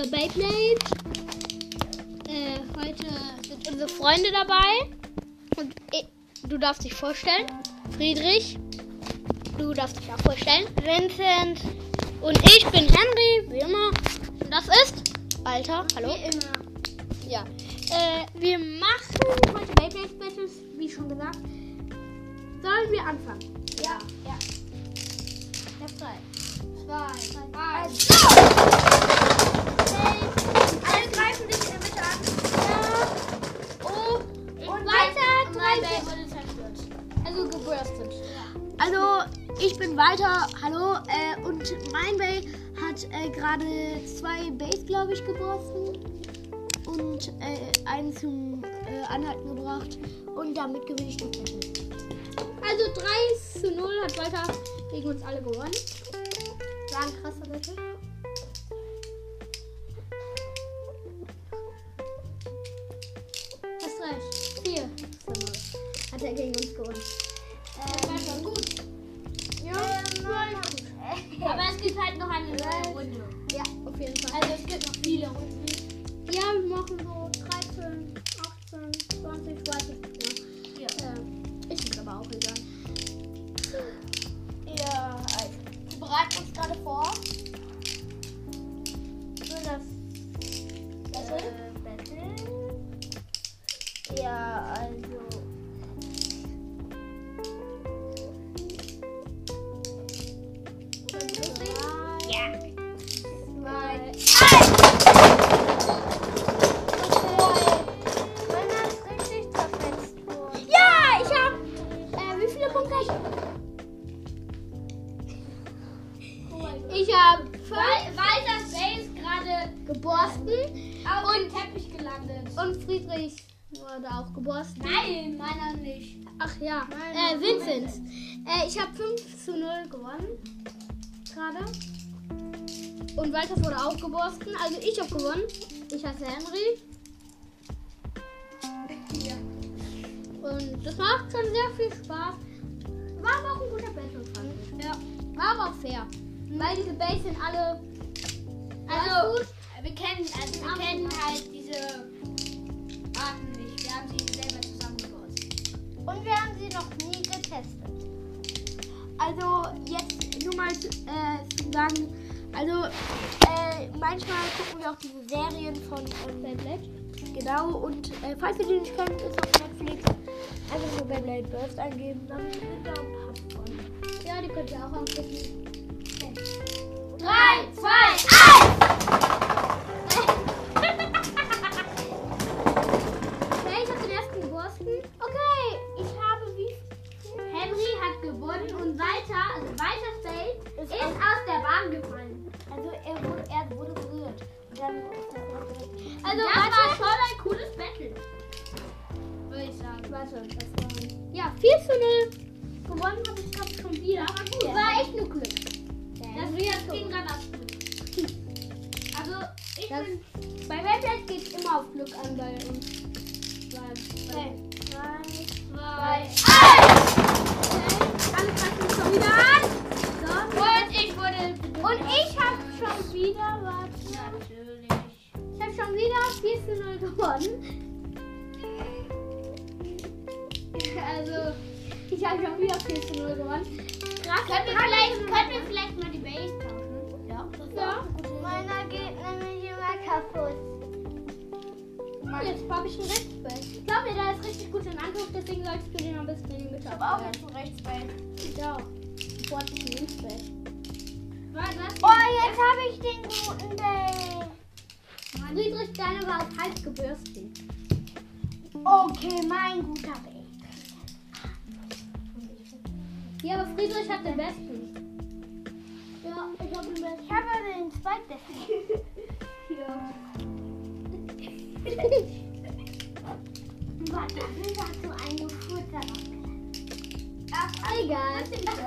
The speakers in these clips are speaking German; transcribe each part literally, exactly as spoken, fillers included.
Beyblade. Äh, heute sind unsere Freunde dabei. Und ich, du darfst dich vorstellen. Friedrich. Du darfst dich auch vorstellen. Vincent. Und ich bin Henry, wie immer. Und das ist Walter. Hallo. Wie immer. Ja. Äh, wir machen heute Beyblade Battles, wie schon gesagt. Sollen wir anfangen? Ja. Ja. Ich hab drei. Zwei. Eins. Eins. Alle greifen dich in der Mitte an. Ja. Oh. Und weiter. Und mein drei- Bey wurde zerstört. Also geburstet. Also, ich bin Walter. Hallo. Äh, und mein Bay hat äh, gerade zwei Bays, glaube ich, geburstet. Und äh, einen zum äh, Anhalten gebracht. Und damit gewinne ich die Battle. Also drei zu null hat Walter gegen uns alle gewonnen. War ein krasser Battle. Hast recht. vier zu null hat er gegen uns gewonnen. Das war schon gut. Ja, Ähm, nein. Aber es gibt halt noch eine neue Runde. ja, auf jeden Fall. Also es gibt noch viele Runden. Ja, wir machen so dreizehn, achtzehn, zwanzig, ich weiß es nicht mehr. Ja. Äh, ist mir aber auch egal. Ja, also. Wir bereiten uns gerade vor. Für das Battle. Äh, Battle. Ja, also. Ja. Zwei. Ja, ich hab. Äh, wie viele Punkte ich? Ich hab fünf Walters Bey ist gerade geborsten auf dem Teppich gelandet. und Friedrich wurde auch geborsten. Nein, meiner nicht. Ach ja, Nein, äh, Vincent. Äh, ich habe fünf zu null gewonnen. Gerade. Und Walter wurde auch geborsten. Also ich habe gewonnen. Ich heiße Henry. Ja. Und das macht schon sehr viel Spaß. War aber auch ein guter Battle, fand ich. Ja. War aber auch fair. Weil diese Base sind alle. Also, gut. wir kennen, also wir kennen halt diese Arten nicht. Wir haben sie selber zusammengebaut. Und wir haben sie noch nie getestet. Also jetzt nur mal äh, zu sagen. Also äh, manchmal gucken wir auch diese Serien von ähm, Beyblade. Genau. Und äh, falls ihr die nicht kennt, ist auf Netflix. Einfach nur Beyblade Burst eingeben. Dann sind da ein paar von. Ja, die könnt ihr auch angucken. Drei, zwei, eins! Okay, ich habe den ersten geborsten. Okay, ich habe wie. Henry hat gewonnen und Walter, also Walters Bey, ist, ist aus der Bahn gefallen. Also er wurde, er wurde berührt. Und dann ist er Also das war schon ein cooles Battle. Würde ich sagen. Warte, das war. Ja, vier zu null. Gewonnen habe ich glaube schon wieder. Aber gut. Das war echt nur Glück. Das das ging dann auf Glück. Also ich Das, bin... bei Beyblade geht es immer auf Glück an bei uns. Bei, bei, Drei, zwei, zwei, eins! okay. Alle greifen schon wieder an. So. Und ich wurde... Und ich habe schon wieder, warte. Natürlich. Ich habe schon wieder vier zu null gewonnen. Also, ich habe schon wieder vier zu null gewonnen. Krass, Können wir, drei vielleicht, zu null. können wir vielleicht mal die Base tauschen? Ja. Ja. Meiner geht nämlich immer kaputt. Jetzt habe ich einen Rechtsball. Glaub mir, der ist richtig gut in Angriff, deswegen solltest du den am besten in die Mitte abwehren. einen Rechtsbein. Ich auch. Sofort ist ein Linksball. Oh, jetzt habe ich den guten Ball. Friedrich, deine war auf Hals gebürstet. Okay, mein guter Ball. Ja, aber Friedrich hat den besten. Ja, ich habe den besten. Ich habe den zweitbesten. Ja. Warte, wie hast du eine Futterwaffe? Ach, egal.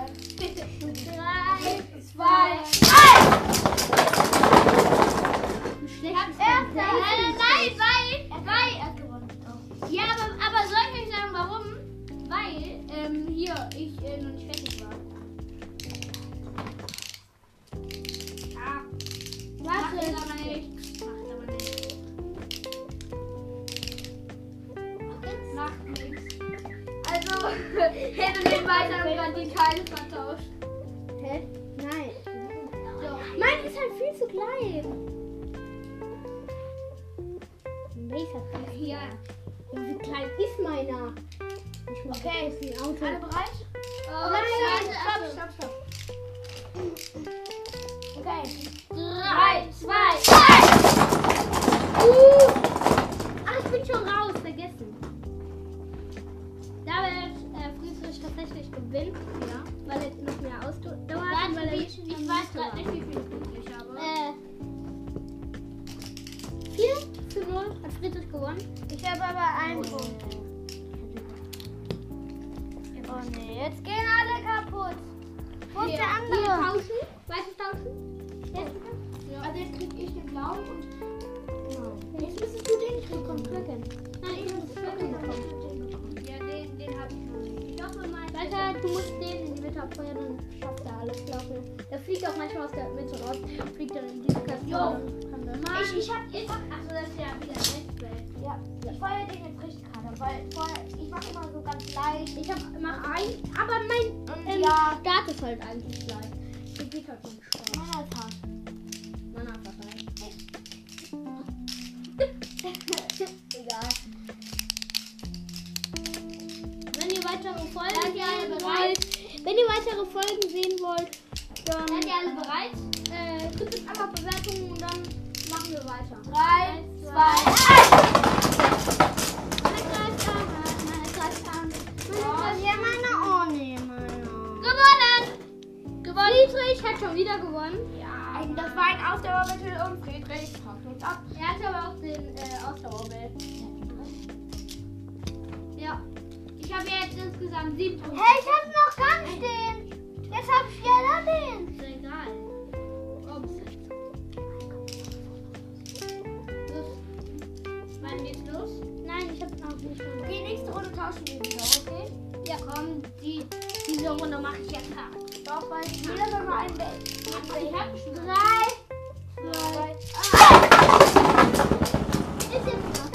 Drei, zwei, eins! Du Ich hab's erst. Nein, nein, weil, weil er gewonnen hat. Ja, aber, aber soll ich euch sagen, warum? Weil, ähm, hier, ich äh, noch nicht fertig war. Ah, Warte. mach jetzt aber nicht. Mach die Teile vertauscht. Hä? Nein. So. Mein ist halt viel zu klein. Welcher Hier. Wie klein ist meiner? Ich muss okay, ist ein Auto. Alle bereit? Oh, nein, nein, nein, stopp, stopp, stopp. Okay. Drei, zwei, eins! Uh. Ach, ich bin schon raus, vergessen. Da wird äh, Friedrich tatsächlich gewinnen, ja, weil er noch mehr Ausdauer hat. Weil er ich ich weiß gerade nicht, wie viele Punkte ich habe. Äh, vier zu null hat Friedrich gewonnen. Ich habe aber einen Punkt. Oh nee, jetzt gehen alle kaputt. Wo ist der andere? Hier tauschen. Weißt du tauschen? Jetzt Ja. Also jetzt krieg ich den blauen und... Nein. Jetzt müsstest du den kriegen. Komm, drücken. Nein, ich muss drücken bekommen. Ja, den, den habe ich noch nicht. Ich hoffe mal... Weiter, du musst den in die Mitte abfeuern, dann schafft er alles, glaube ich. Der fliegt auch manchmal aus der Mitte raus. Fliegt dann in diese Kaste. Jo. Ich, Ich, ich hab... Ich, achso, das ist ja wieder Netzwelt. Ja, ich feuer den jetzt richtig gerade, weil vorher... Ich mache immer so ganz leicht. ich hab, mach ein, aber mein Und ähm, ja... Start ist halt eigentlich gleich. Der geht halt schon Spaß. Meiner ist hart. Man hat dabei. Egal. Wenn ihr weitere Folgen Seid ihr alle sehen bereit? wollt, wenn ihr weitere Folgen sehen wollt, dann Seid ihr alle bereit? äh, drückt jetzt einfach Bewertungen und dann machen wir weiter. Drei, zwei, Ja, meine Ohne, meine. Gewonnen! Gewonnen! Friedrich hat schon wieder gewonnen. Ja, das war ein Ausdauermittel und Friedrich haut uns ab. Er hatte aber auch den äh, Ausdauerwelt. Ja. Ich habe jetzt insgesamt sieben Punkte. Hey, ich hab noch ganz den. Jetzt hab ich ja den. Ist egal. Ups. Los. Wann geht's los? Nein, ich hab noch nicht gewonnen. Okay, nächste Runde tauschen wir wieder, okay? Ja. Komm, die, Diese Runde mache ich jetzt hart. doch, weil jeder soll mal einen Bell. Ich hab schon Drei, zwei. Ist jetzt noch.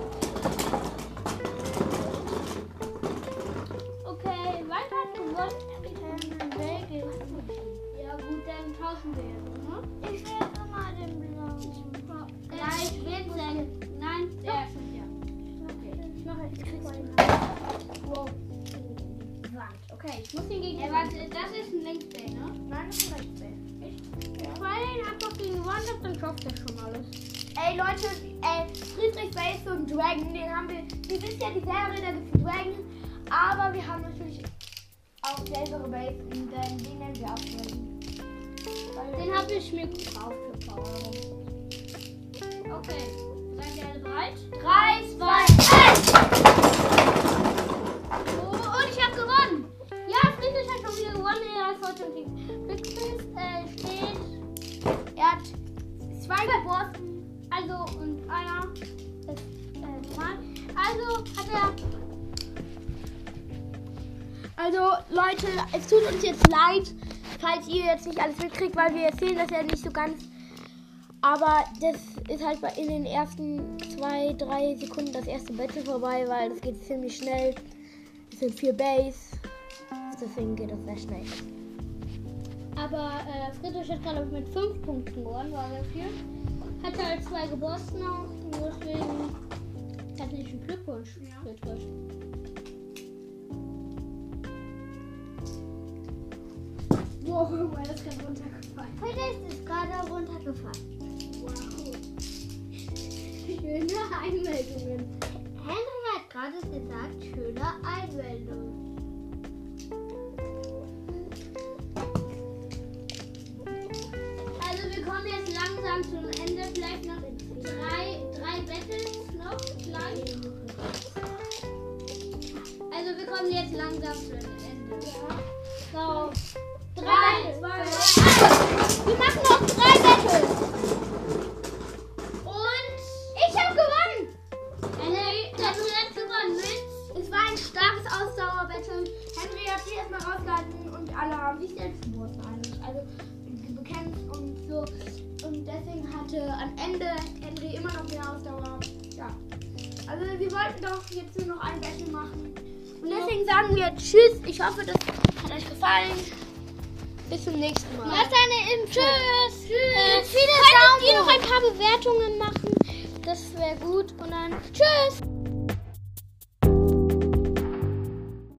Okay, weiter hat gewonnen. Ja gut, dann tauschen wir jetzt, ne? Ich will jetzt mal den blauen. Gleich vierzehn. Nein, Ja, schon, ja. Okay. ich mache, ich krieg mal den. Wow. Wand. Okay, ich muss ihn gegen. Ey, warte, das ist ein Linksbell, ne? Nein, das ist ein Rechtsbell. Weil ich einfach gegen gewonnen habe, dann schafft er schon alles. Ey Leute, ey, Friedrich Bell ist so ein Dragon, den haben wir, wir wissen ja die Serie, da gibt es Dragon, aber wir haben natürlich auch selber Base und dann den nennen wir auch Dragon. Den habe ich mir gekauft für Power. Okay, seid ihr alle bereit? Drei, zwei, eins! Oh, und ich habe gewonnen! Ja, Friedrich hat schon wieder gewonnen. Er ist heute im Bigfist äh, steht. Er hat zwei geworfen. Also, und einer ist äh, normal. Also hat er. Also, Leute, es tut uns jetzt leid, falls ihr jetzt nicht alles mitkriegt, weil wir erzählen das ja nicht so ganz. Aber das ist halt bei in den ersten zwei, drei Sekunden das erste Battle vorbei, weil das geht ziemlich schnell. Es sind vier Base. Deswegen geht das sehr schnell. Aber äh, Friedrich hat gerade mit fünf Punkten gewonnen, war sehr viel. Hat halt zwei Geburtstag noch, deswegen herzlichen Glückwunsch, Ja. Friedrich. Wow, weil das gerade runtergefallen. Friedrich ist gerade runtergefallen. Wow. Schöne Einmeldungen. Henry hat gerade gesagt, schöne Einmeldung. Also wir kommen jetzt langsam zum Ende, vielleicht noch drei, drei Battles noch gleich. Also wir kommen jetzt langsam zum Ende. So, drei, zwei, eins. Wir machen noch drei Battles. Und ich habe gewonnen. Henry, Henry hat gewonnen mit. Es war ein starkes Ausdauerbattle. Henry hat sie erstmal rausgehalten und alle haben sich selbst geworfen eigentlich. Also bekämpft und so. Und deswegen hatte am Ende Henry immer noch mehr Ausdauer. Ja. Also wir wollten doch jetzt nur noch ein Battle machen. Und deswegen sagen wir Tschüss. Ich hoffe, das hat euch gefallen. Bis zum nächsten Mal. Lasst eine Info. Tschüss. Tschüss. Äh, Viele Könntet Daumen. ihr noch ein paar Bewertungen machen? Das wäre gut. Und dann tschüss.